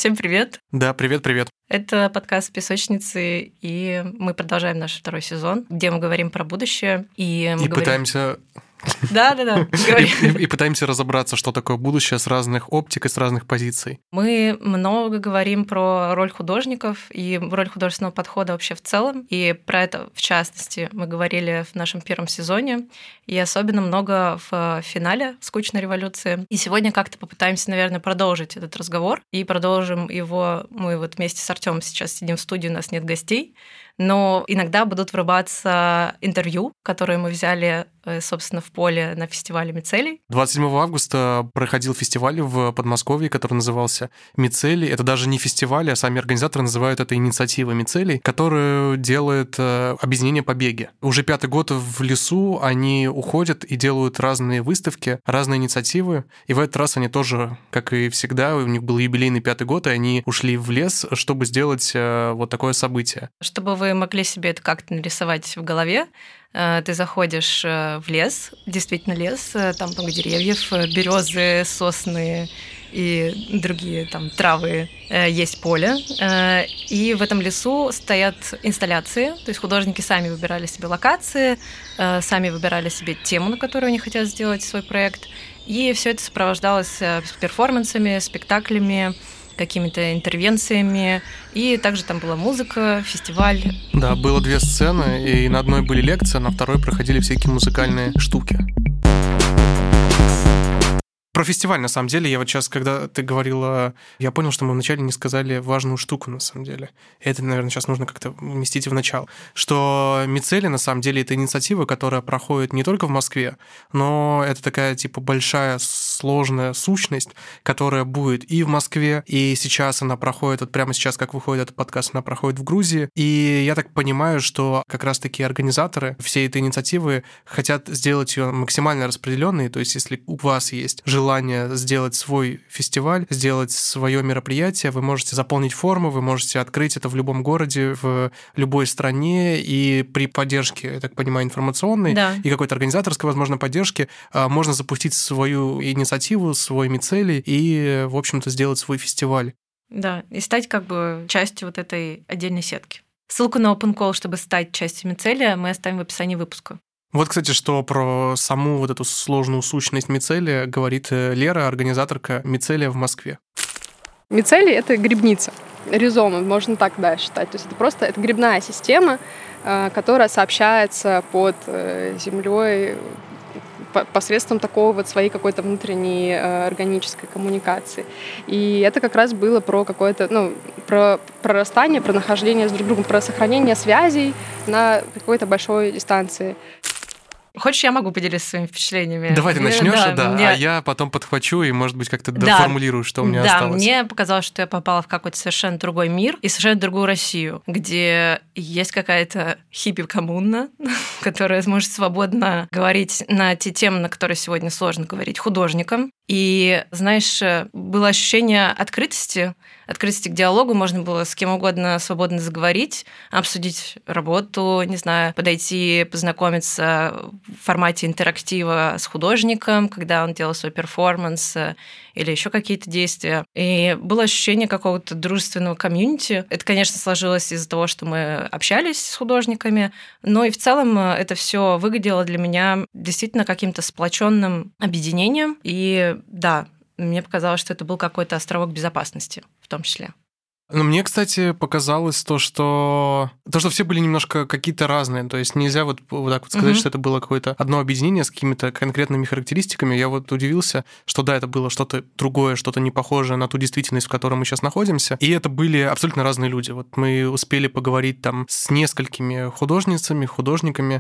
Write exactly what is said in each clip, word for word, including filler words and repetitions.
Всем привет. Да, привет-привет. Это подкаст «Песочницы», и мы продолжаем наш второй сезон, где мы говорим про будущее. И, мы и говорим... пытаемся... Да-да-да. И, и, и пытаемся разобраться, что такое будущее с разных оптик и с разных позиций. Мы много говорим про роль художников и роль художественного подхода вообще в целом. И про это, в частности, мы говорили в нашем первом сезоне. И особенно много в финале «Скучной революции». И сегодня как-то попытаемся, наверное, продолжить этот разговор. И продолжим его... Мы вот вместе с Артёмом сейчас сидим в студии, у нас нет гостей. Но иногда будут врубаться интервью, которые мы взяли, собственно, в поле на фестивале «Мицелий». двадцать седьмого августа проходил фестиваль в Подмосковье, который назывался «Мицелий». Это даже не фестиваль, а сами организаторы называют это инициативой «Мицелий», которую делает объединение «Побеги». Уже пятый год в лесу они уходят и делают разные выставки, разные инициативы. И в этот раз они тоже, как и всегда, у них был юбилейный пятый год, и они ушли в лес, чтобы сделать вот такое событие. Чтобы вы Вы могли себе это как-то нарисовать в голове. Ты заходишь в лес, действительно лес, там много деревьев, березы, сосны и другие там травы, есть поле. И в этом лесу стоят инсталляции, то есть художники сами выбирали себе локации, сами выбирали себе тему, на которую они хотят сделать свой проект. И все это сопровождалось перформансами, спектаклями, какими-то интервенциями, и также там была музыка, фестиваль. Да, было две сцены, и на одной были лекции, а на второй проходили всякие музыкальные штуки. Про фестиваль, на самом деле, я вот сейчас, когда ты говорила, я понял, что мы вначале не сказали важную штуку, на самом деле. И это, наверное, сейчас нужно как-то вместить в начало. Что «Мицелий», на самом деле, это инициатива, которая проходит не только в Москве, но это такая, типа, большая, сложная сущность, которая будет и в Москве, и сейчас она проходит, вот прямо сейчас, как выходит этот подкаст, она проходит в Грузии. И я так понимаю, что как раз-таки организаторы всей этой инициативы хотят сделать ее максимально распределенной, то есть если у вас есть желание желание сделать свой фестиваль, сделать свое мероприятие, вы можете заполнить форму, вы можете открыть это в любом городе, в любой стране, и при поддержке, я так понимаю, информационной да. и какой-то организаторской, возможно, поддержки можно запустить свою инициативу, свой Мицелий и, в общем-то, сделать свой фестиваль. Да, и стать как бы частью вот этой отдельной сетки. Ссылку на Open Call, чтобы стать частью Мицелия, мы оставим в описании выпуска. Вот, кстати, что про саму вот эту сложную сущность Мицелия говорит Лера, организаторка Мицелия в Москве. Мицелий — это грибница, ризома, можно так, да, считать. То есть это просто это грибная система, которая сообщается под землей посредством такого вот своей какой-то внутренней э, органической коммуникации. И это как раз было про какое-то, ну, про прорастание, про нахождение с друг другом, про сохранение связей на какой-то большой дистанции. Хочешь, я могу поделиться своими впечатлениями? Давай ты начнешь, да, да мне... а я потом подхвачу и, может быть, как-то да, доформулирую, что у меня да, осталось. Да, мне показалось, что я попала в какой-то совершенно другой мир и совершенно другую Россию, где есть какая-то хиппи-коммуна, которая сможет свободно говорить на те темы, на которые сегодня сложно говорить художникам. И, знаешь, было ощущение открытости, открытости к диалогу, можно было с кем угодно свободно заговорить, обсудить работу, не знаю, подойти, познакомиться в формате интерактива с художником, когда он делал свой перформанс или еще какие-то действия. И было ощущение какого-то дружественного комьюнити. Это, конечно, сложилось из-за того, что мы общались с художниками, но и в целом это все выглядело для меня действительно каким-то сплоченным объединением. И да, мне показалось, что это был какой-то островок безопасности в том числе. Ну, мне, кстати, показалось то, что то, что все были немножко какие-то разные. То есть нельзя вот, вот так вот сказать, mm-hmm. что это было какое-то одно объединение с какими-то конкретными характеристиками. Я вот удивился, что да, это было что-то другое, что-то не похожее на ту действительность, в которой мы сейчас находимся. И это были абсолютно разные люди. Вот мы успели поговорить там с несколькими художницами, художниками,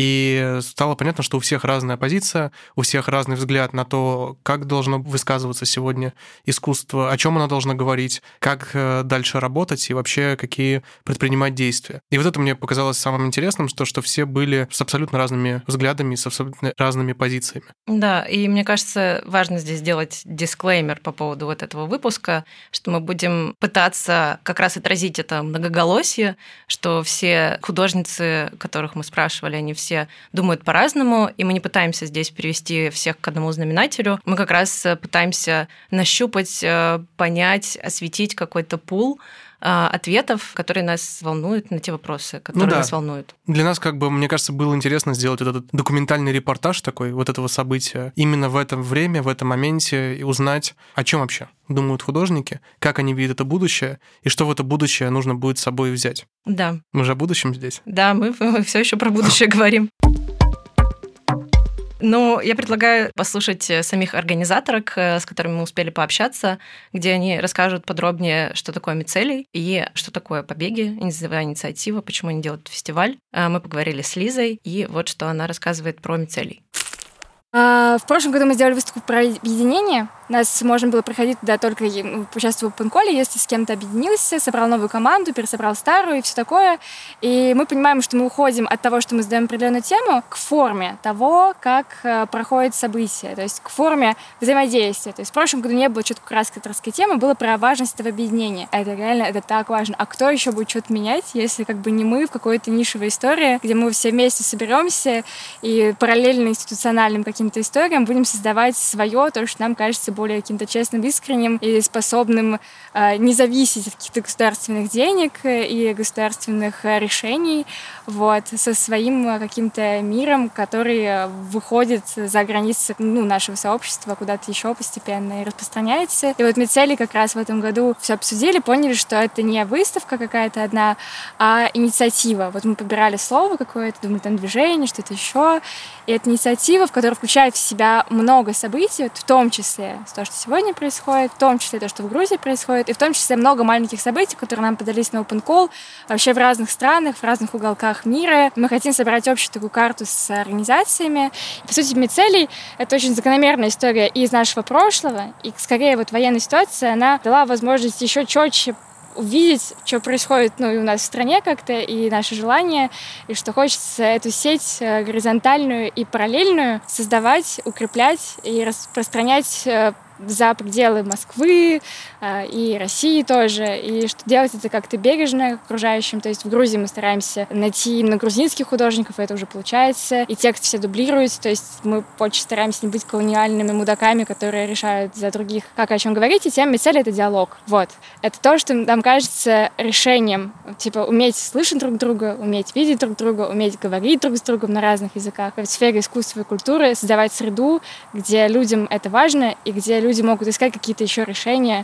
и стало понятно, что у всех разная позиция, у всех разный взгляд на то, как должно высказываться сегодня искусство, о чем оно должно говорить, как дальше дальше работать и вообще какие предпринимать действия. И вот это мне показалось самым интересным, что, что все были с абсолютно разными взглядами, с абсолютно разными позициями. Да, и мне кажется, важно здесь сделать дисклеймер по поводу вот этого выпуска, что мы будем пытаться как раз отразить это многоголосие, что все художницы, которых мы спрашивали, они все думают по-разному, и мы не пытаемся здесь перевести всех к одному знаменателю. Мы как раз пытаемся нащупать, понять, осветить какой-то пул ответов, которые нас волнуют, на те вопросы, которые ну да. нас волнуют. Для нас, как бы, мне кажется, было интересно сделать вот этот документальный репортаж такой, вот этого события, именно в это время, в этом моменте, и узнать, о чем вообще думают художники, как они видят это будущее, и что в это будущее нужно будет с собой взять. Да. Мы же о будущем здесь. Да, мы, мы все еще про будущее говорим. Ну, я предлагаю послушать самих организаторок, с которыми мы успели пообщаться, где они расскажут подробнее, что такое мицелий и что такое побеги, инициатива, почему они делают фестиваль. Мы поговорили с Лизой, и вот что она рассказывает про мицелий. В прошлом году мы сделали выставку про объединение. Нас можно было приходить туда только участвовать в Панколе, если с кем-то объединился, собрал новую команду, пересобрал старую и все такое. И мы понимаем, что мы уходим от того, что мы задаем определенную тему, к форме того, как проходит событие, то есть к форме взаимодействия. То есть в прошлом году не было четко краткой темы, было про важность этого объединения. Это реально, это так важно. А кто еще будет что-то менять, если как бы не мы в какой-то нишевой истории, где мы все вместе соберемся и параллельно институциональным каким-то историям будем создавать свое, то, что нам кажется более каким-то честным, искренним и способным э, не зависеть от каких-то государственных денег и государственных решений, вот, со своим каким-то миром, который выходит за границы ну, нашего сообщества куда-то еще постепенно и распространяется. И вот мицелий как раз в этом году все обсудили, поняли, что это не выставка какая-то одна, а инициатива. Вот мы подбирали слово какое-то, думали, там движение, что-то еще. И это инициатива, в которой включает в себя много событий, в том числе то, что сегодня происходит, в том числе то, что в Грузии происходит, и в том числе много маленьких событий, которые нам подались на Open Call вообще в разных странах, в разных уголках мира. Мы хотим собрать общую такую карту с организациями. И, по сути, мицелий — это очень закономерная история и из нашего прошлого, и скорее вот военная ситуация, она дала возможность еще четче увидеть, что происходит ну, и у нас в стране как-то, и наше желание, и что хочется эту сеть горизонтальную и параллельную создавать, укреплять и распространять за пределы Москвы э, и России тоже, и что делать это как-то бережно к окружающим. То есть в Грузии мы стараемся найти именно грузинских художников, и это уже получается, и текст все дублируется, то есть мы очень стараемся не быть колониальными мудаками, которые решают за других, как о чем говорить, и тем мицелий — это диалог. Вот. Это то, что нам кажется решением, типа уметь слышать друг друга, уметь видеть друг друга, уметь говорить друг с другом на разных языках. В сфере искусства и культуры создавать среду, где людям это важно, и где люди могут искать какие-то еще решения,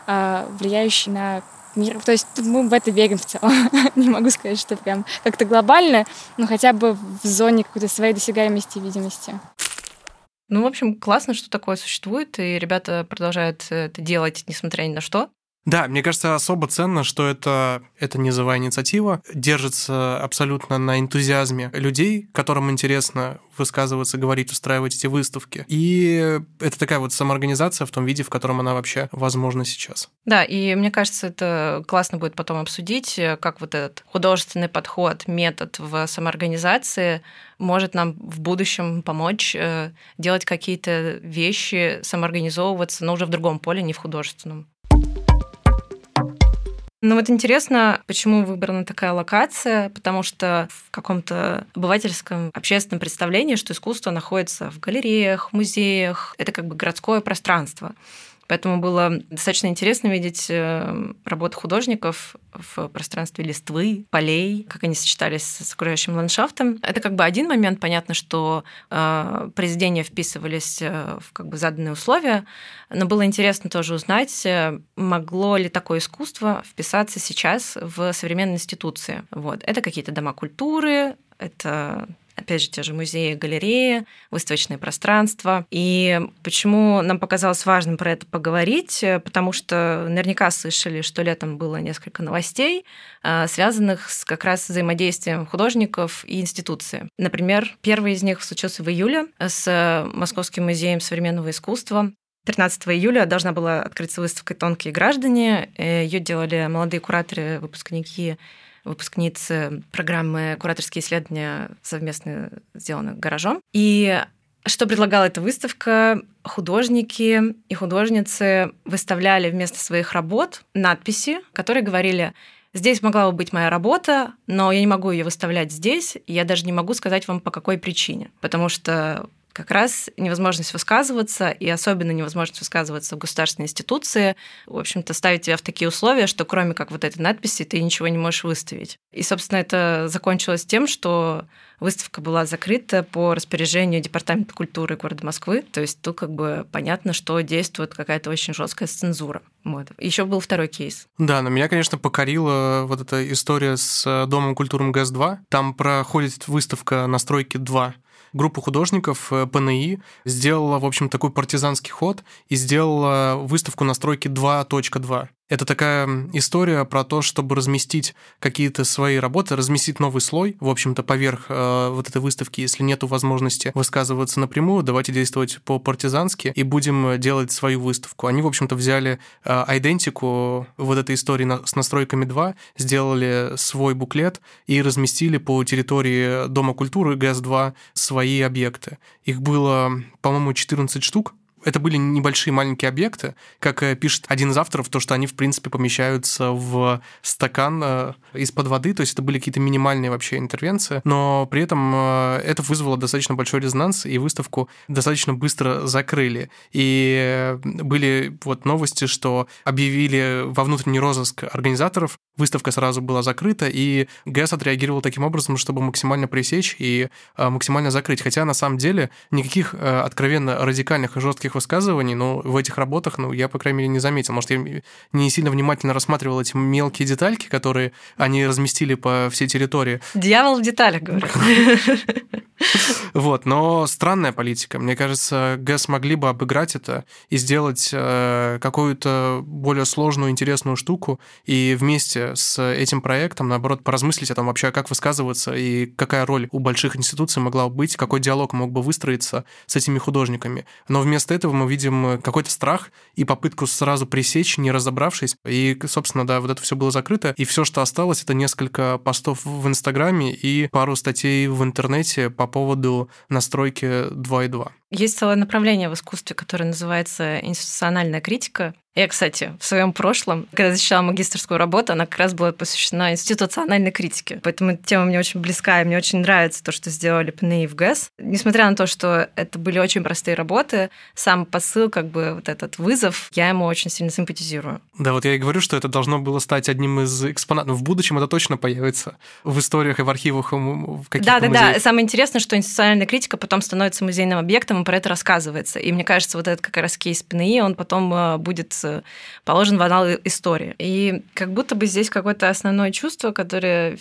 влияющие на мир. То есть мы в это верим в целом. Не могу сказать, что прям как-то глобально, но хотя бы в зоне какой-то своей досягаемости и видимости. Ну, в общем, классно, что такое существует, и ребята продолжают это делать, несмотря ни на что. Да, мне кажется, особо ценно, что это, это низовая инициатива, держится абсолютно на энтузиазме людей, которым интересно высказываться, говорить, устраивать эти выставки. И это такая вот самоорганизация в том виде, в котором она вообще возможна сейчас. Да, и мне кажется, это классно будет потом обсудить, как вот этот художественный подход, метод в самоорганизации может нам в будущем помочь делать какие-то вещи, самоорганизовываться, но уже в другом поле, не в художественном. Ну вот интересно, почему выбрана такая локация, потому что в каком-то обывательском общественном представлении, что искусство находится в галереях, музеях, это как бы городское пространство. Поэтому было достаточно интересно видеть работы художников в пространстве листвы, полей, как они сочетались с окружающим ландшафтом. Это как бы один момент. Понятно, что произведения вписывались в как бы заданные условия, но было интересно тоже узнать, могло ли такое искусство вписаться сейчас в современные институции. Вот. Это какие-то дома культуры, это... Опять же, те же музеи, галереи, выставочные пространства. И почему нам показалось важным про это поговорить? Потому что наверняка слышали, что летом было несколько новостей, связанных с как раз взаимодействием художников и институции. Например, первый из них случился в июле с Московским музеем современного искусства. тринадцатого июля должна была открыться выставка «Тонкие граждане». Ее делали молодые кураторы, выпускники, выпускницы программы «Кураторские исследования», совместно сделаны «Гаражом». И что предлагала эта выставка? Художники и художницы выставляли вместо своих работ надписи, которые говорили: «Здесь могла бы быть моя работа, но я не могу ее выставлять здесь, и я даже не могу сказать вам, по какой причине». Потому что как раз невозможность высказываться, и особенно невозможность высказываться в государственной институции, в общем-то, ставит тебя в такие условия, что кроме как вот этой надписи ты ничего не можешь выставить. И, собственно, это закончилось тем, что выставка была закрыта по распоряжению Департамента культуры города Москвы. То есть тут как бы понятно, что действует какая-то очень жесткая цензура. Вот. Еще был второй кейс. Да, но меня, конечно, покорила вот эта история с Домом культуры эм гэ эс два. Там проходит выставка «Настройки два». Группа художников пэ эн и сделала, в общем, такой партизанский ход и сделала выставку «Настройки два точка два». Это такая история про то, чтобы разместить какие-то свои работы, разместить новый слой, в общем-то, поверх э, вот этой выставки. Если нету возможности высказываться напрямую, давайте действовать по-партизански и будем делать свою выставку. Они, в общем-то, взяли э, айдентику вот этой истории на, с настройками два, сделали свой буклет и разместили по территории Дома культуры гэ эс два свои объекты. Их было, по-моему, четырнадцать штук. Это были небольшие маленькие объекты, как пишет один из авторов, то, что они, в принципе, помещаются в стакан из-под воды, то есть это были какие-то минимальные вообще интервенции, но при этом это вызвало достаточно большой резонанс, и выставку достаточно быстро закрыли. И были вот новости, что объявили во внутренний розыск организаторов, выставка сразу была закрыта, и ГЭС отреагировал таким образом, чтобы максимально пресечь и максимально закрыть. Хотя, на самом деле, никаких откровенно радикальных и жестких высказываний, ну, в этих работах, ну, я, по крайней мере, не заметил. Может, я не сильно внимательно рассматривал эти мелкие детальки, которые они разместили по всей территории. Дьявол в деталях, говорю. Вот, но странная политика. Мне кажется, ГЭС могли бы обыграть это и сделать э, какую-то более сложную, интересную штуку, и вместе с этим проектом, наоборот, поразмыслить о том вообще, как высказываться и какая роль у больших институций могла быть, какой диалог мог бы выстроиться с этими художниками. Но вместо этого мы видим какой-то страх и попытку сразу пресечь, не разобравшись. И, собственно, да, вот это все было закрыто. И все, что осталось, это несколько постов в Инстаграме и пару статей в интернете по поводу настройки два и два. Есть целое направление в искусстве, которое называется институциональная критика. Я, кстати, в своем прошлом, когда защищала магистерскую работу, она как раз была посвящена институциональной критике. Поэтому эта тема мне очень близка, и мне очень нравится то, что сделали пэ эн и в ГЭС. Несмотря на то, что это были очень простые работы, сам посыл, как бы вот этот вызов, я ему очень сильно симпатизирую. Да, вот я и говорю, что это должно было стать одним из экспонатов. В будущем это точно появится в историях и в архивах в каких-то Да, да, музеях. да. Самое интересное, что институциональная критика потом становится музейным объектом, и про это рассказывается. И мне кажется, вот этот как раз кейс пэ эн и, он потом будет положен в аналы истории. И как будто бы здесь какое-то основное чувство, которое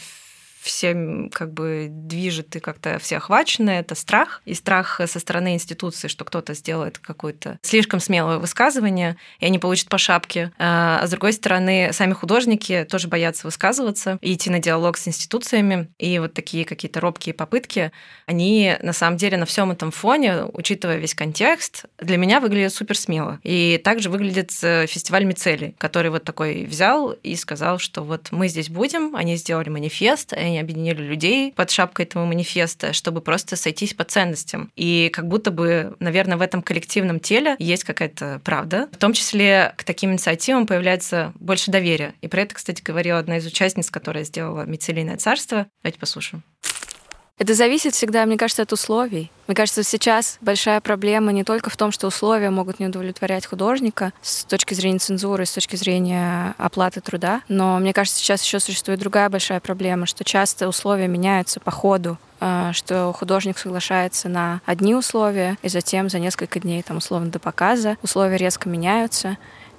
всем как бы движет и как-то все охвачены, это страх. И страх со стороны институции, что кто-то сделает какое-то слишком смелое высказывание, и они получат по шапке. А с другой стороны, сами художники тоже боятся высказываться и идти на диалог с институциями. И вот такие какие-то робкие попытки, они на самом деле на всем этом фоне, учитывая весь контекст, для меня выглядят супер смело. И также выглядит фестиваль Мицелий, который вот такой взял и сказал, что вот мы здесь будем, они сделали манифест, они объединили людей под шапкой этого манифеста, чтобы просто сойтись по ценностям. И как будто бы, наверное, в этом коллективном теле есть какая-то правда. В том числе к таким инициативам появляется больше доверия. И про это, кстати, говорила одна из участниц, которая сделала «Мицелийное царство». Давайте послушаем. Это зависит всегда, мне кажется, от условий. Мне кажется, сейчас большая проблема не только в том, что условия могут не удовлетворять художника с точки зрения цензуры, с точки зрения оплаты труда, но мне кажется, сейчас еще существует другая большая проблема, что часто условия меняются по ходу, что художник соглашается на одни условия, и затем за несколько дней, там, условно, до показа условия резко меняются,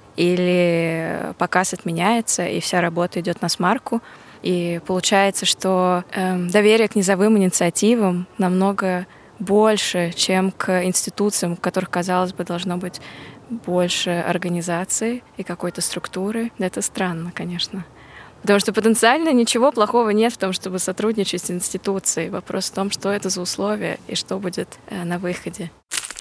или показ отменяется, и вся работа идет на смарку. И получается, что э, доверие к низовым инициативам намного больше, чем к институциям, у которых, казалось бы, должно быть больше организации и какой-то структуры. Это странно, конечно. Потому что потенциально ничего плохого нет в том, чтобы сотрудничать с институцией. Вопрос в том, что это за условия и что будет э, на выходе.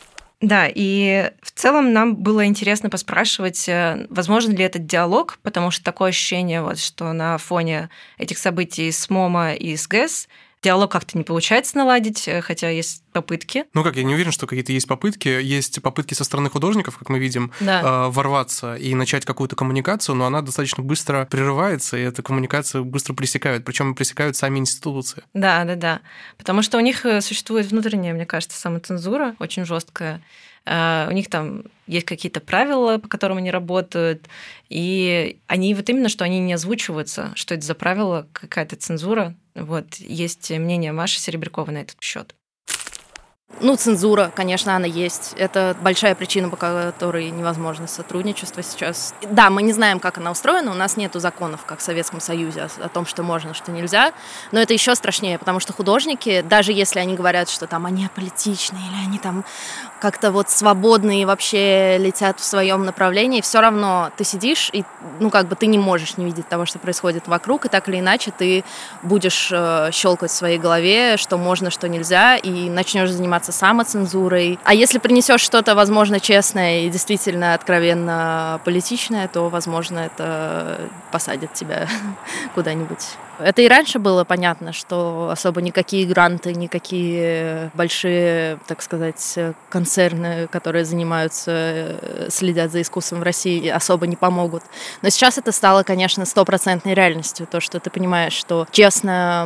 Да, и в целом нам было интересно поспрашивать, возможен ли этот диалог, потому что такое ощущение, вот, что на фоне этих событий с МОМА и с ГЭС диалог как-то не получается наладить, хотя есть попытки. Ну как, я не уверен, что какие-то есть попытки. Есть попытки со стороны художников, как мы видим, да. ворваться и начать какую-то коммуникацию, но она достаточно быстро прерывается, и эта коммуникация быстро пресекают. Причем пресекают сами институции. Да, да, да. Потому что у них существует внутренняя, мне кажется, самоцензура очень жесткая. У них там есть какие-то правила, по которым они работают, и они вот именно, что они не озвучиваются, что это за правила, какая-то цензура. Вот есть мнение Маши Серебряковой на этот счет. Ну, цензура, конечно, она есть. Это большая причина, по которой невозможно сотрудничество сейчас. Да, мы не знаем, как она устроена, у нас нету законов, как в Советском Союзе, о том, что можно, что нельзя. Но это еще страшнее, потому что художники, даже если они говорят, что там они аполитичны, или они там как-то вот свободные и вообще летят в своем направлении, все равно ты сидишь, и, ну, как бы ты не можешь не видеть того, что происходит вокруг, и так или иначе ты будешь э, щелкать в своей голове, что можно, что нельзя, и начнешь заниматься самоцензурой. А если принесешь что-то, возможно, честное и действительно откровенно политичное, то, возможно, это посадит тебя куда-нибудь. Это и раньше было понятно, что особо никакие гранты, никакие большие, так сказать, концерны, которые занимаются, следят за искусством в России, особо не помогут. Но сейчас это стало, конечно, стопроцентной реальностью. То, что ты понимаешь, что честное,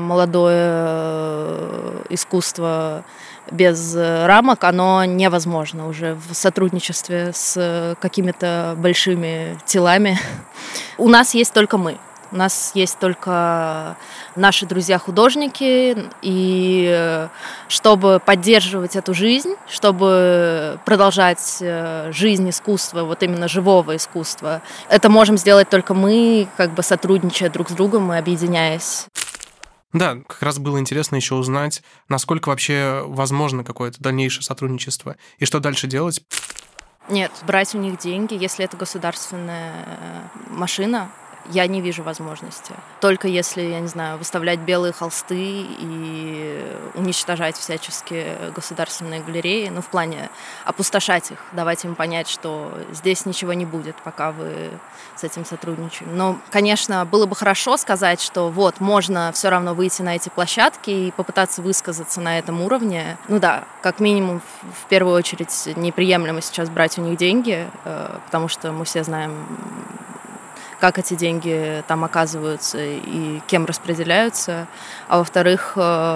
молодое искусство без рамок, оно невозможно уже в сотрудничестве с какими-то большими телами. У нас есть только мы. У нас есть только наши друзья-художники, и чтобы поддерживать эту жизнь, чтобы продолжать жизнь искусства, вот именно живого искусства, это можем сделать только мы, как бы сотрудничая друг с другом и объединяясь. Да, как раз было интересно еще узнать, насколько вообще возможно какое-то дальнейшее сотрудничество, и что дальше делать. Нет, брать у них деньги, если это государственная машина, я не вижу возможности. Только если, я не знаю, выставлять белые холсты и уничтожать всячески государственные галереи, ну, в плане опустошать их, давать им понять, что здесь ничего не будет, пока вы с этим сотрудничаете. Но, конечно, было бы хорошо сказать, что вот, можно все равно выйти на эти площадки и попытаться высказаться на этом уровне. Ну да, как минимум, в первую очередь, неприемлемо сейчас брать у них деньги, потому что мы все знаем, как эти деньги там оказываются и кем распределяются, а во-вторых,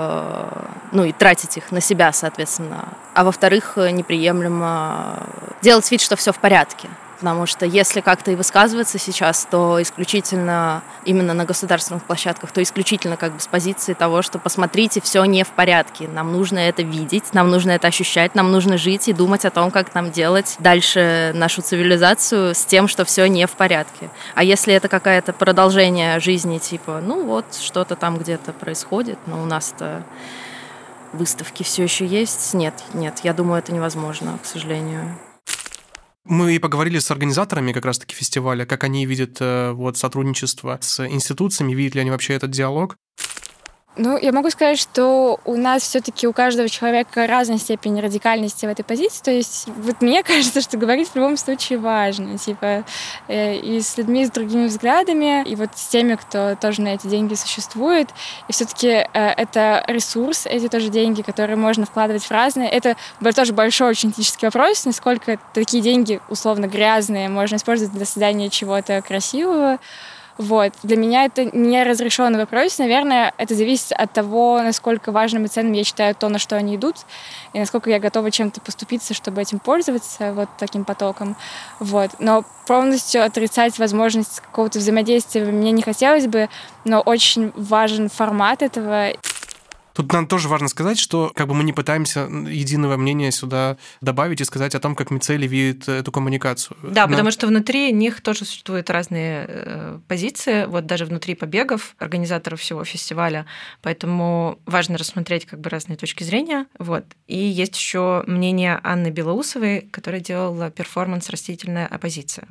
ну и тратить их на себя, соответственно, а во-вторых, неприемлемо делать вид, что все в порядке. Потому что если как-то и высказываться сейчас, то исключительно именно на государственных площадках, то исключительно как бы с позиции того, что посмотрите, все не в порядке, нам нужно это видеть, нам нужно это ощущать, нам нужно жить и думать о том, как нам делать дальше нашу цивилизацию с тем, что все не в порядке. А если это какое-то продолжение жизни, типа, ну вот, что-то там где-то происходит, но у нас-то выставки все еще есть, нет, нет, я думаю, это невозможно, к сожалению. Мы и поговорили с организаторами как раз-таки фестиваля, как они видят вот, сотрудничество с институциями, видят ли они вообще этот диалог. Ну, я могу сказать, что у нас все-таки у каждого человека разная степень радикальности в этой позиции. То есть вот мне кажется, что говорить в любом случае важно. Типа э, и с людьми с другими взглядами, и вот с теми, кто тоже на эти деньги существует. И все-таки э, это ресурс, эти тоже деньги, которые можно вкладывать в разные. Это тоже большой очень этический вопрос, насколько такие деньги условно грязные можно использовать для создания чего-то красивого. Вот. Для меня это не разрешенный вопрос. Наверное, это зависит от того, насколько важным и ценным я считаю то, на что они идут, и насколько я готова чем-то поступиться, чтобы этим пользоваться, вот таким потоком. Вот. Но полностью отрицать возможность какого-то взаимодействия мне не хотелось бы, но очень важен формат этого. Тут нам тоже важно сказать, что как бы мы не пытаемся единого мнения сюда добавить и сказать о том, как Мицели видит эту коммуникацию. Да, Но... потому что внутри них тоже существуют разные э, позиции, вот даже внутри побегов организаторов всего фестиваля, поэтому важно рассмотреть как бы разные точки зрения. Вот. И есть еще мнение Анны Белоусовой, которая делала перформанс «Растительная оппозиция».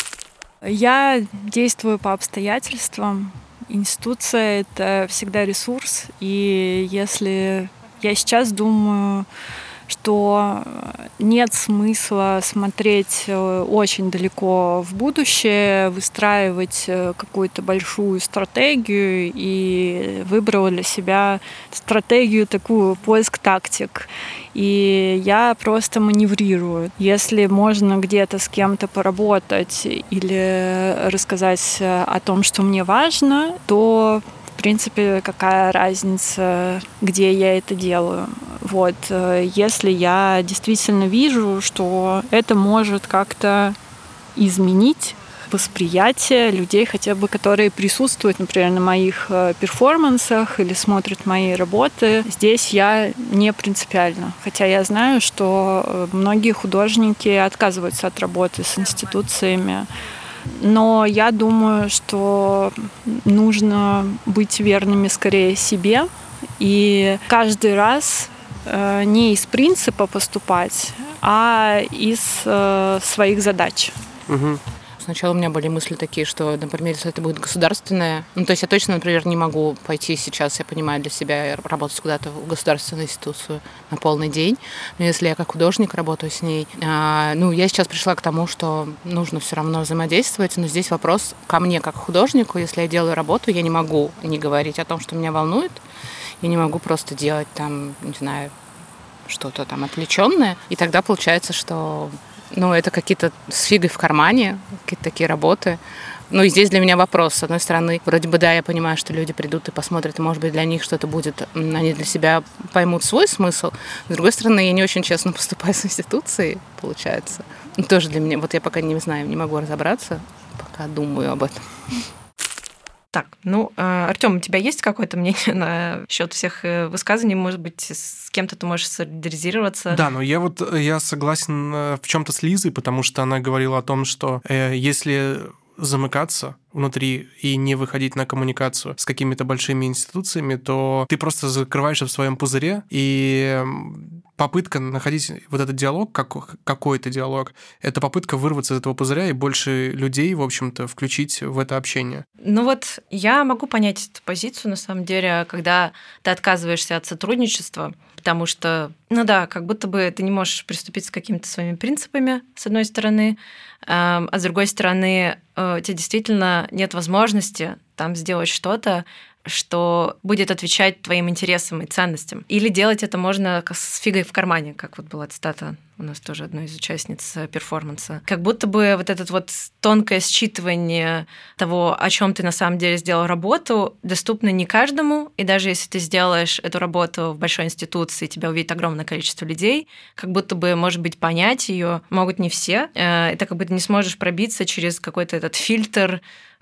Я действую по обстоятельствам. Институция — это всегда ресурс, и если я сейчас думаю, что нет смысла смотреть очень далеко в будущее, выстраивать какую-то большую стратегию, и выбрала для себя стратегию такую, поиск тактик. И я просто маневрирую. Если можно где-то с кем-то поработать или рассказать о том, что мне важно, то в принципе, какая разница, где я это делаю. Вот. Если я действительно вижу, что это может как-то изменить восприятие людей, хотя бы которые присутствуют, например, на моих перформансах или смотрят мои работы, здесь я не принципиальна. Хотя я знаю, что многие художники отказываются от работы с институциями. Но я думаю, что нужно быть верными скорее себе и каждый раз не из принципа поступать, а из своих задач. Угу. Сначала у меня были мысли такие, что, например, если это будет государственное... Ну, то есть я точно, например, не могу пойти сейчас, я понимаю, для себя работать куда-то в государственную институцию на полный день. Но если я как художник работаю с ней... А, ну, я сейчас пришла к тому, что нужно все равно взаимодействовать, но здесь вопрос ко мне как художнику. Если я делаю работу, я не могу не говорить о том, что меня волнует. Я не могу просто делать там, не знаю, что-то там отвлеченное. И тогда получается, что... Ну, это какие-то с фигой в кармане, какие-то такие работы. Ну, и здесь для меня вопрос. С одной стороны, вроде бы, да, я понимаю, что люди придут и посмотрят, и, может быть, для них что-то будет, они для себя поймут свой смысл. С другой стороны, я не очень честно поступаю с институцией, получается. Ну, тоже для меня, вот я пока не знаю, не могу разобраться, пока думаю об этом. Так, ну, Артём, у тебя есть какое-то мнение на счет всех высказываний? Может быть, с кем-то ты можешь солидаризироваться? Да, но я вот я согласен в чем-то с Лизой, потому что она говорила о том, что э, если замыкаться внутри и не выходить на коммуникацию с какими-то большими институциями, то ты просто закрываешься в своем пузыре, и попытка находить вот этот диалог, как, какой-то диалог, это попытка вырваться из этого пузыря и больше людей, в общем-то, включить в это общение. Ну вот я могу понять эту позицию, на самом деле, когда ты отказываешься от сотрудничества, потому что, ну да, как будто бы ты не можешь приступить с какими-то своими принципами, с одной стороны, а с другой стороны, у тебя действительно нет возможности там сделать что-то, что будет отвечать твоим интересам и ценностям. Или делать это можно с фигой в кармане, как вот была цитата у нас тоже одной из участниц перформанса. Как будто бы вот это вот тонкое считывание того, о чем ты на самом деле сделал работу, доступно не каждому, и даже если ты сделаешь эту работу в большой институции, тебя увидит огромное количество людей, как будто бы, может быть, понять ее могут не все, и так как бы ты не сможешь пробиться через какой-то этот фильтр,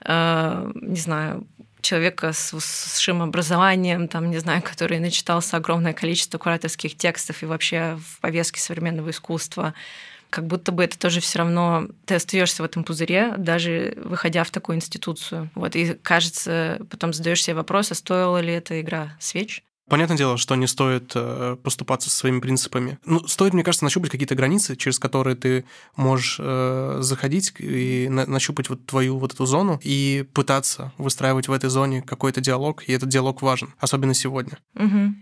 не знаю, человека с высшим образованием, там, не знаю, который начитался огромное количество кураторских текстов и вообще в повестке современного искусства. Как будто бы это тоже все равно ты остаешься в этом пузыре, даже выходя в такую институцию. Вот, и кажется, потом задаешь себе вопрос, а стоила ли эта игра свеч? Понятное дело, что не стоит поступаться со своими принципами. Ну, стоит, мне кажется, нащупать какие-то границы, через которые ты можешь э, заходить и на- нащупать вот твою вот эту зону и пытаться выстраивать в этой зоне какой-то диалог, и этот диалог важен, особенно сегодня. Угу.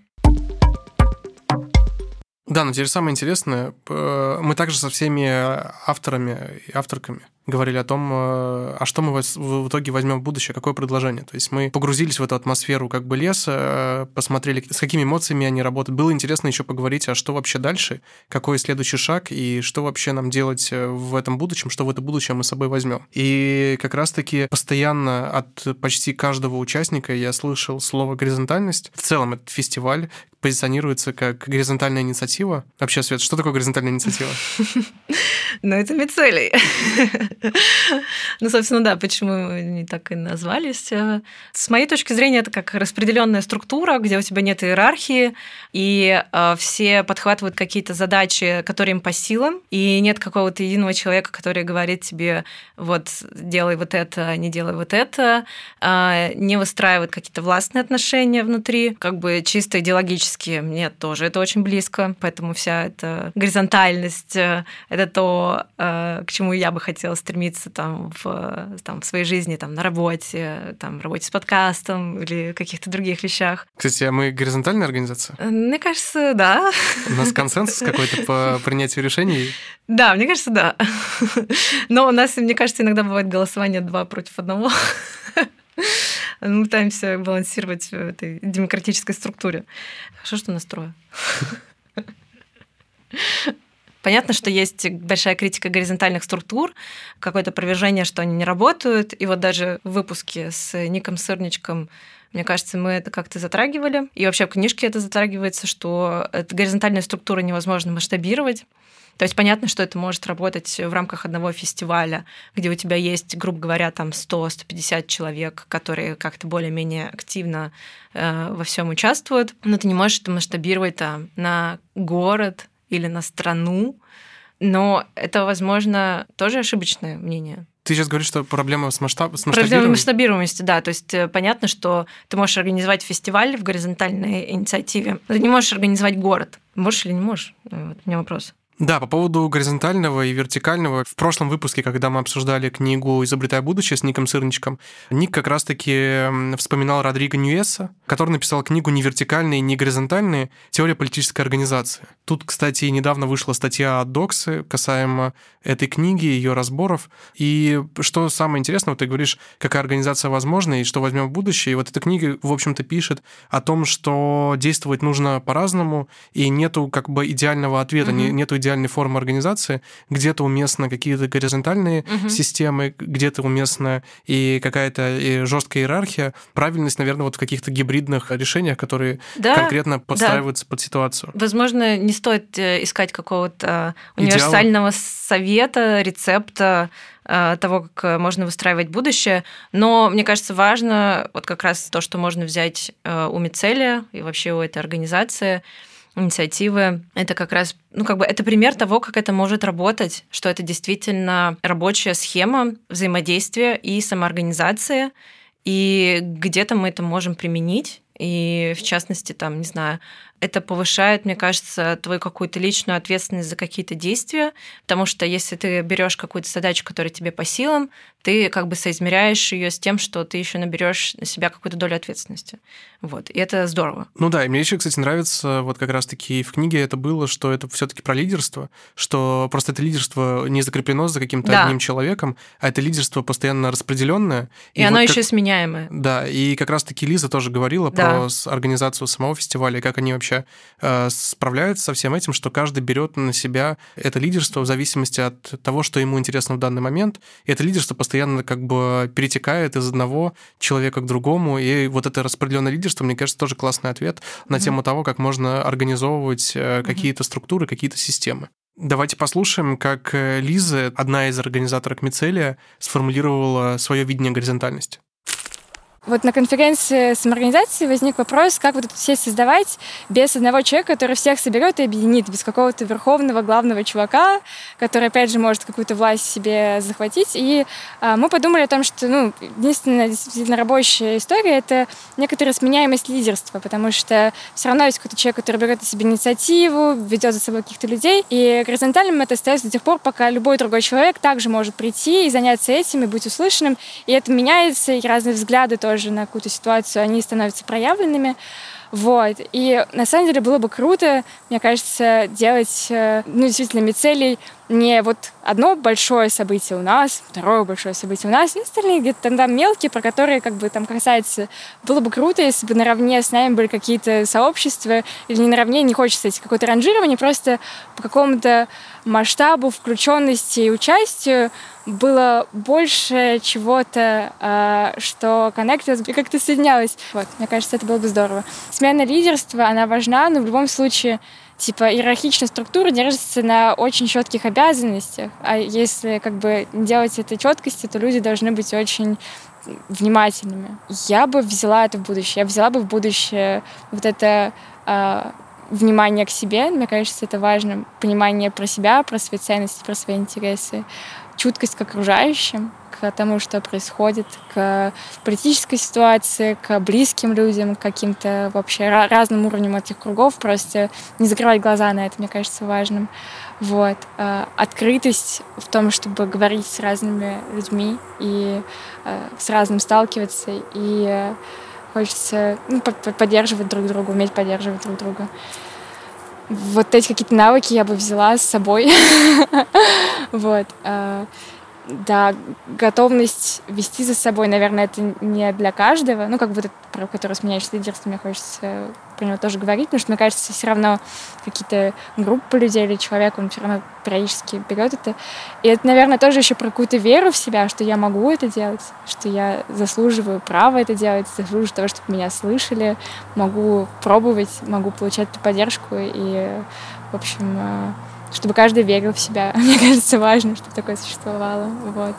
Да, но теперь самое интересное, мы также со всеми авторами и авторками говорили о том, а что мы в итоге возьмем в будущее, какое предложение. То есть мы погрузились в эту атмосферу как бы леса, посмотрели, с какими эмоциями они работают. Было интересно еще поговорить, а что вообще дальше, какой следующий шаг и что вообще нам делать в этом будущем, что в это будущее мы с собой возьмем. И как раз-таки постоянно от почти каждого участника я слышал слово «горизонтальность». В целом этот фестиваль позиционируется как горизонтальная инициатива. Вообще, Свет, что такое горизонтальная инициатива? Ну, это мицелий. Ну, собственно, да, почему они так и назвались. С моей точки зрения, это как распределенная структура, где у тебя нет иерархии, и все подхватывают какие-то задачи, которые им по силам, и нет какого-то единого человека, который говорит тебе, вот, делай вот это, не делай вот это, не выстраивает какие-то властные отношения внутри, как бы чисто идеологически технически мне тоже это очень близко, поэтому вся эта горизонтальность — это то, к чему я бы хотела стремиться там в, там, в своей жизни, там, на работе, там, в работе с подкастом или каких-то других вещах. Кстати, а мы горизонтальная организация? Мне кажется, да. У нас консенсус какой-то по принятию решений? Да, мне кажется, да. Но у нас, мне кажется, иногда бывает голосование два против одного. Мы пытаемся балансировать в этой демократической структуре. Хорошо, что у нас трое. Понятно, что есть большая критика горизонтальных структур, какое-то опровержение, что они не работают. И вот даже в выпуске с Ником Сырничком, мне кажется, мы это как-то затрагивали. И вообще в книжке это затрагивается, что эту горизонтальную структуру невозможно масштабировать. То есть понятно, что это может работать в рамках одного фестиваля, где у тебя есть, грубо говоря, там сто - сто пятьдесят человек, которые как-то более-менее активно э, во всем участвуют, но ты не можешь это масштабировать там, на город или на страну. Но это, возможно, тоже ошибочное мнение. Ты сейчас говоришь, что проблема с, масштаб... с Проблема масштабированием? масштабируемости, да. То есть понятно, что ты можешь организовать фестиваль в горизонтальной инициативе, но ты не можешь организовать город. Можешь или не можешь? Вот у меня вопрос. Да, по поводу горизонтального и вертикального. В прошлом выпуске, когда мы обсуждали книгу «Изобретая будущее» с Ником Сырничком, Ник как раз-таки вспоминал Родриго Ньюэса, который написал книгу «Не вертикальные, не горизонтальные. Теория политической организации». Тут, кстати, недавно вышла статья от Доксы касаемо этой книги, ее разборов. И что самое интересное, вот ты говоришь, какая организация возможна и что возьмем в будущее. И вот эта книга, в общем-то, пишет о том, что действовать нужно по-разному, и нету как бы идеального ответа, mm-hmm. нету идеального формы организации, где-то уместны какие-то горизонтальные uh-huh. системы, где-то уместна и какая-то и жесткая иерархия. Правильность, наверное, вот в каких-то гибридных решениях, которые да, конкретно подстраиваются да. под ситуацию. Возможно, не стоит искать какого-то универсального Идеал. совета, рецепта того, как можно выстраивать будущее. Но, мне кажется, важно вот как раз то, что можно взять у Мицелия и вообще у этой организации, инициативы. Это как раз, ну, как бы это пример того, как это может работать, что это действительно рабочая схема взаимодействия и самоорганизации, и где-то мы это можем применить. И, в частности, там, не знаю, это повышает, мне кажется, твою какую-то личную ответственность за какие-то действия, потому что если ты берешь какую-то задачу, которая тебе по силам, ты как бы соизмеряешь ее с тем, что ты еще наберешь на себя какую-то долю ответственности. Вот. И это здорово. Ну да, и мне еще, кстати, нравится, вот как раз-таки в книге это было, что это все-таки про лидерство, что просто это лидерство не закреплено за каким-то да. одним человеком, а это лидерство постоянно распределенное. И, и оно вот еще как... сменяемое. Да, и как раз-таки Лиза тоже говорила да. про организацию самого фестиваля, и как они вообще справляются со всем этим, что каждый берет на себя это лидерство в зависимости от того, что ему интересно в данный момент. И это лидерство постоянно как бы перетекает из одного человека к другому. И вот это распределенное лидерство, мне кажется, тоже классный ответ на mm-hmm. тему того, как можно организовывать mm-hmm. какие-то структуры, какие-то системы. Давайте послушаем, как Лиза, одна из организаторок Мицелия, сформулировала свое видение горизонтальности. Вот на конференции самоорганизации возник вопрос, как вот эту сеть создавать без одного человека, который всех соберет и объединит, без какого-то верховного главного чувака, который, опять же, может какую-то власть себе захватить. И а, мы подумали о том, что ну, единственная действительно рабочая история — это некоторая сменяемость лидерства, потому что все равно есть какой-то человек, который берет на себя инициативу, ведет за собой каких-то людей. И горизонтальным это остается до тех пор, пока любой другой человек также может прийти и заняться этим, и быть услышанным. И это меняется, и разные взгляды тоже тоже на какую-то ситуацию, они становятся проявленными. Вот. И на самом деле было бы круто, мне кажется, делать, ну, действительно, Мицелий не вот одно большое событие у нас, второе большое событие у нас, и остальные где-то там мелкие, про которые как бы там касается. Было бы круто, если бы наравне с нами были какие-то сообщества, или не наравне, не хочется эти какое-то ранжирование, просто по какому-то масштабу включенности и участию было больше чего-то, что коннектилось и как-то соединялось. Вот, мне кажется, это было бы здорово. Смена лидерства, она важна, но в любом случае типа иерархичная структура держится на очень четких обязанностях, а если как бы делать этой четкости, то люди должны быть очень внимательными. Я бы взяла это в будущее. Я взяла бы в будущее вот это э, внимание к себе. Мне кажется, это важно. Понимание про себя, про свои ценности, про свои интересы. Чуткость к окружающим, к тому, что происходит, к политической ситуации, к близким людям, к каким-то вообще разным уровням этих кругов. Просто не закрывать глаза на это, мне кажется, важным. Вот. Открытость в том, чтобы говорить с разными людьми и с разным сталкиваться, и хочется ну, поддерживать друг друга, уметь поддерживать друг друга. Вот эти какие-то навыки я бы взяла с собой. Вот. Да, готовность вести за собой, наверное, это не для каждого. Ну, как бы этот, про который сменяющий лидерство, мне хочется про него тоже говорить, потому что, мне кажется, все равно какие-то группы людей или человек, он все равно периодически берет это. И это, наверное, тоже еще про какую-то веру в себя, что я могу это делать, что я заслуживаю права это делать, заслуживаю того, чтобы меня слышали, могу пробовать, могу получать эту поддержку. И, в общем, чтобы каждый верил в себя. Мне кажется, важно, чтобы такое существовало. Вот.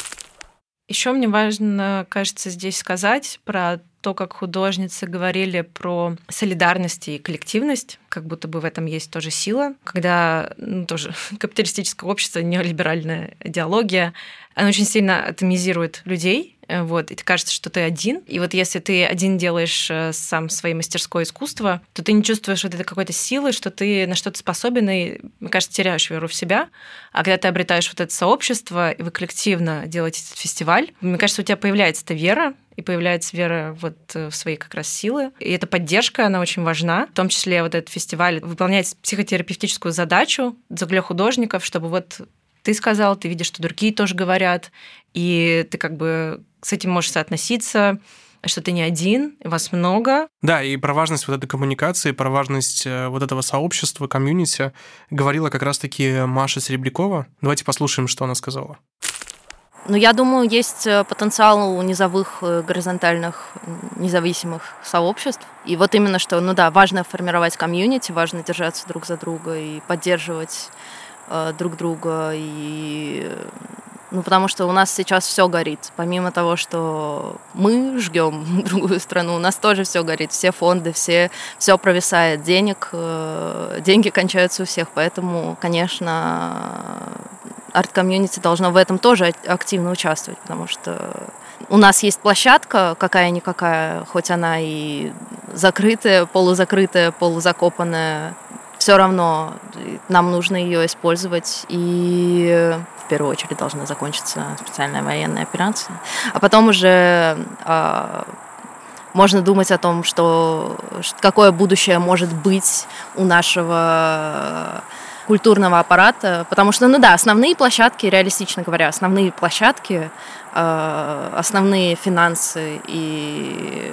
Еще мне важно, кажется, здесь сказать про то, как художницы говорили про солидарность и коллективность, как будто бы в этом есть тоже сила, когда ну, тоже капиталистическое общество, неолиберальная идеология, она очень сильно атомизирует людей, вот, и тебе кажется, что ты один. И вот если ты один делаешь сам своей мастерское искусство, то ты не чувствуешь вот этой какой-то силы, что ты на что-то способен, и, мне кажется, теряешь веру в себя. А когда ты обретаешь вот это сообщество, и вы коллективно делаете этот фестиваль, мне кажется, у тебя появляется эта вера, и появляется вера вот в свои как раз силы. И эта поддержка, она очень важна. В том числе вот этот фестиваль выполняет психотерапевтическую задачу для художников, чтобы вот ты сказал, ты видишь, что другие тоже говорят, и ты как бы с этим можешь соотноситься, что ты не один, вас много. Да, и про важность вот этой коммуникации, про важность вот этого сообщества, комьюнити говорила как раз-таки Маша Серебрякова. Давайте послушаем, что она сказала. Ну, я думаю, есть потенциал у низовых, горизонтальных, независимых сообществ. И вот именно что, ну да, важно формировать комьюнити, важно держаться друг за друга и поддерживать э, друг друга. И, ну, потому что у нас сейчас все горит. Помимо того, что мы жгем другую страну, у нас тоже все горит. Все фонды, все, все провисает. Денег, э, деньги кончаются у всех. Поэтому, конечно, арт-комьюнити должно в этом тоже активно участвовать, потому что у нас есть площадка какая-никакая, хоть она и закрытая, полузакрытая, полузакопанная, все равно нам нужно ее использовать, и в первую очередь должна закончиться специальная военная операция. А потом уже а, можно думать о том, что какое будущее может быть у нашего культурного аппарата, потому что, ну да, основные площадки, реалистично говоря, основные площадки, э, основные финансы и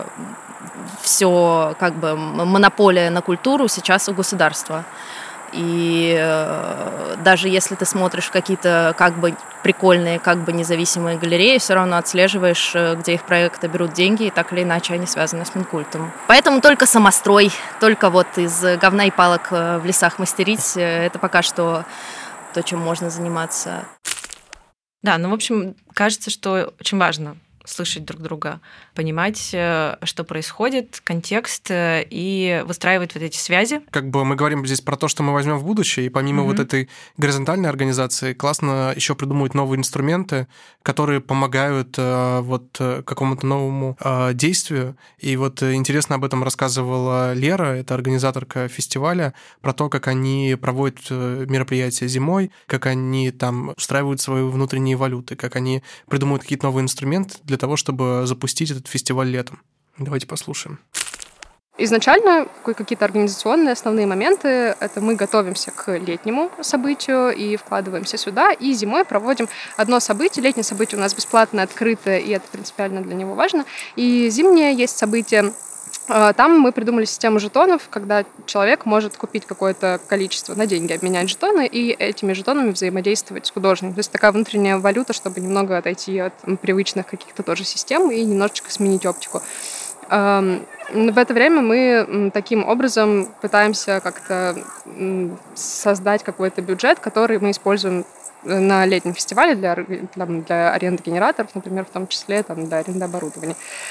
все, как бы, монополия на культуру сейчас у государства. И э, даже если ты смотришь какие-то как бы прикольные, как бы независимые галереи, все равно отслеживаешь, где их проекты берут деньги, и так или иначе они связаны с Минкультом. Поэтому только самострой, только вот из говна и палок в лесах мастерить, это пока что то, чем можно заниматься. Да, ну, в общем, кажется, что очень важно слышать друг друга, понимать, что происходит, контекст, и выстраивать вот эти связи. Как бы мы говорим здесь про то, что мы возьмем в будущее, и помимо mm-hmm. вот этой горизонтальной организации, классно еще придумывать новые инструменты, которые помогают вот какому-то новому действию. И вот интересно об этом рассказывала Лера, это организаторка фестиваля, про то, как они проводят мероприятия зимой, как они там устраивают свои внутренние валюты, как они придумывают какие-то новые инструменты для того, чтобы запустить этот фестиваль летом. Давайте послушаем. Изначально какие-то организационные основные моменты — это мы готовимся к летнему событию и вкладываемся сюда, и зимой проводим одно событие. Летнее событие у нас бесплатно, открытое, и это принципиально для него важно. И зимнее есть событие. Там мы придумали систему жетонов, когда человек может купить какое-то количество на деньги, обменять жетоны, и этими жетонами взаимодействовать с художником. То есть такая внутренняя валюта, чтобы немного отойти от привычных каких-то тоже систем и немножечко сменить оптику. В это время мы таким образом пытаемся как-то создать какой-то бюджет, который мы используем на летнем фестивале для, для аренды генераторов, например, в том числе там, для аренды оборудования.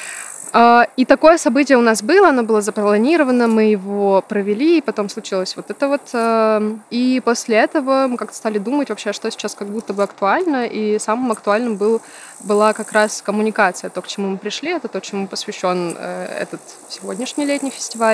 И такое событие у нас было, оно было запланировано, мы его провели, и потом случилось вот это вот. И после этого мы как-то стали думать вообще, что сейчас как будто бы актуально, и самым актуальным был, была как раз коммуникация. То, к чему мы пришли, это то, чему посвящен этот сегодняшний летний фестиваль.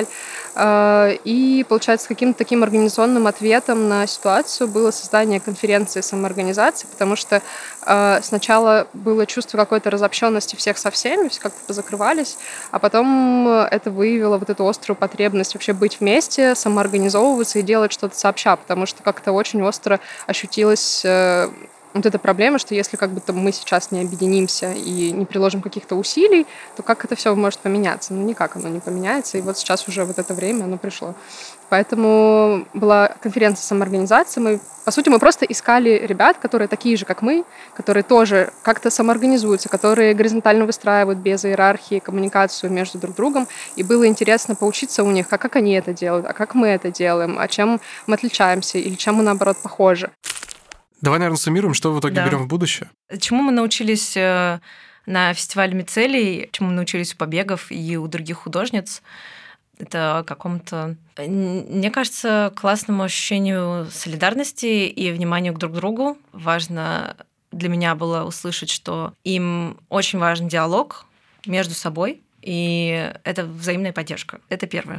И, получается, каким-то таким организационным ответом на ситуацию было создание конференции самоорганизации, потому что сначала было чувство какой-то разобщенности всех со всеми, все как-то позакрывались, а потом это выявило вот эту острую потребность вообще быть вместе, самоорганизовываться и делать что-то сообща, потому что как-то очень остро ощутилась э, вот эта проблема, что если как будто мы сейчас не объединимся и не приложим каких-то усилий, то как это все может поменяться? Ну, никак оно не поменяется, и вот сейчас уже вот это время, оно пришло. Поэтому была конференция самоорганизации. Мы, по сути, мы просто искали ребят, которые такие же, как мы, которые тоже как-то самоорганизуются, которые горизонтально выстраивают без иерархии коммуникацию между друг другом. И было интересно поучиться у них, а как они это делают, а как мы это делаем, а чем мы отличаемся или чем мы, наоборот, похожи. Давай, наверное, суммируем, что в итоге Да. берем в будущее. Чему мы научились на фестивале мицелий, чему мы научились у побегов и у других художниц, это какому-то, мне кажется, классному ощущению солидарности и вниманию к друг другу. Важно для меня было услышать, что им очень важен диалог между собой, и это взаимная поддержка. Это первое.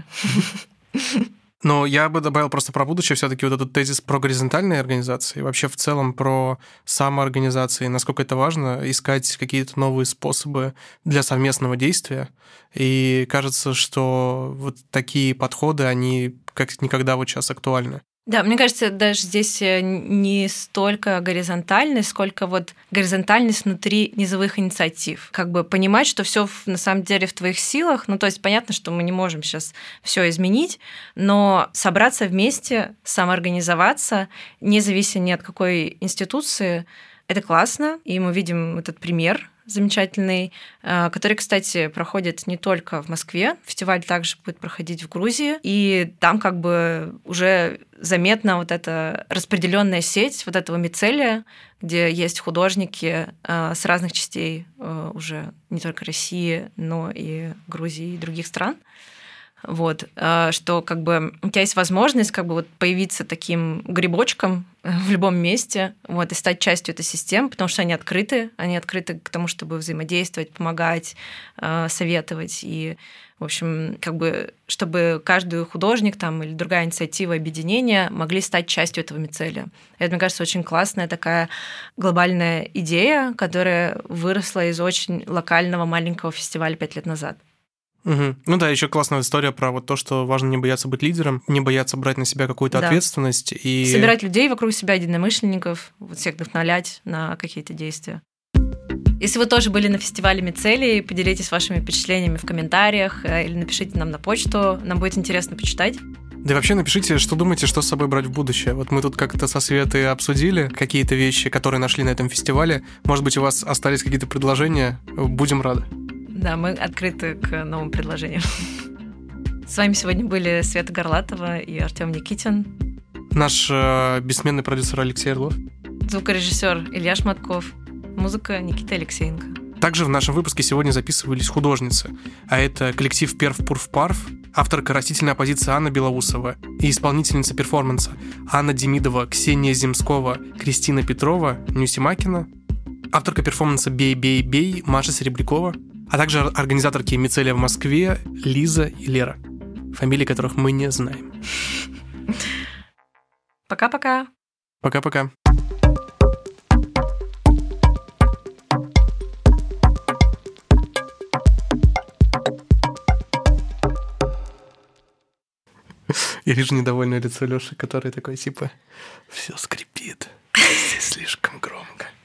Но я бы добавил просто про будущее все-таки вот этот тезис про горизонтальные организации, вообще в целом про самоорганизации, насколько это важно искать какие-то новые способы для совместного действия. И кажется, что вот такие подходы, они как никогда вот сейчас актуальны. Да, мне кажется, даже здесь не столько горизонтальность, сколько вот горизонтальность внутри низовых инициатив. Как бы понимать, что все на самом деле в твоих силах. Ну, то есть понятно, что мы не можем сейчас все изменить, но собраться вместе, самоорганизоваться, не завися ни от какой институции, это классно. И мы видим этот пример замечательный, который, кстати, проходит не только в Москве. Фестиваль также будет проходить в Грузии. И там как бы уже заметна вот эта распределенная сеть вот этого мицелия, где есть художники с разных частей уже не только России, но и Грузии и других стран. Вот, что как бы у тебя есть возможность как бы вот появиться таким грибочком в любом месте, вот, и стать частью этой системы, потому что они открыты, они открыты к тому, чтобы взаимодействовать, помогать, советовать, и, в общем, как бы, чтобы каждый художник там, или другая инициатива, объединения могли стать частью этого мицелия. Это, мне кажется, очень классная такая глобальная идея, которая выросла из очень локального маленького фестиваля пять лет назад. Угу. Ну да, еще классная история про вот то, что важно не бояться быть лидером, не бояться брать на себя какую-то да. ответственность. И собирать людей вокруг себя, единомышленников, вот всех вдохновлять на какие-то действия. Если вы тоже были на фестивале мицелий, поделитесь вашими впечатлениями в комментариях или напишите нам на почту, нам будет интересно почитать. Да и вообще напишите, что думаете, что с собой брать в будущее. Вот мы тут как-то со Светой обсудили какие-то вещи, которые нашли на этом фестивале. Может быть, у вас остались какие-то предложения? Будем рады. Да, мы открыты к новым предложениям. С вами сегодня были Света Горлатова и Артём Никитин. Наш э, бессменный продюсер Алексей Орлов. Звукорежиссер Илья Шматков. Музыка Никита Алексеенко. Также в нашем выпуске сегодня записывались художницы. А это коллектив Перв Пурв Парв, авторка растительной оппозиции Анна Белоусова и исполнительница перформанса Анна Демидова, Ксения Земскова, Кристина Петрова, Нюси Макина, авторка перформанса «Бей-бей-бей» Маша Серебрякова, а также организаторки мицелия в Москве Лиза и Лера, фамилии которых мы не знаем. Пока-пока. Пока-пока. Я вижу недовольное лицо Лёши, который такой типа: все скрипит, здесь слишком громко.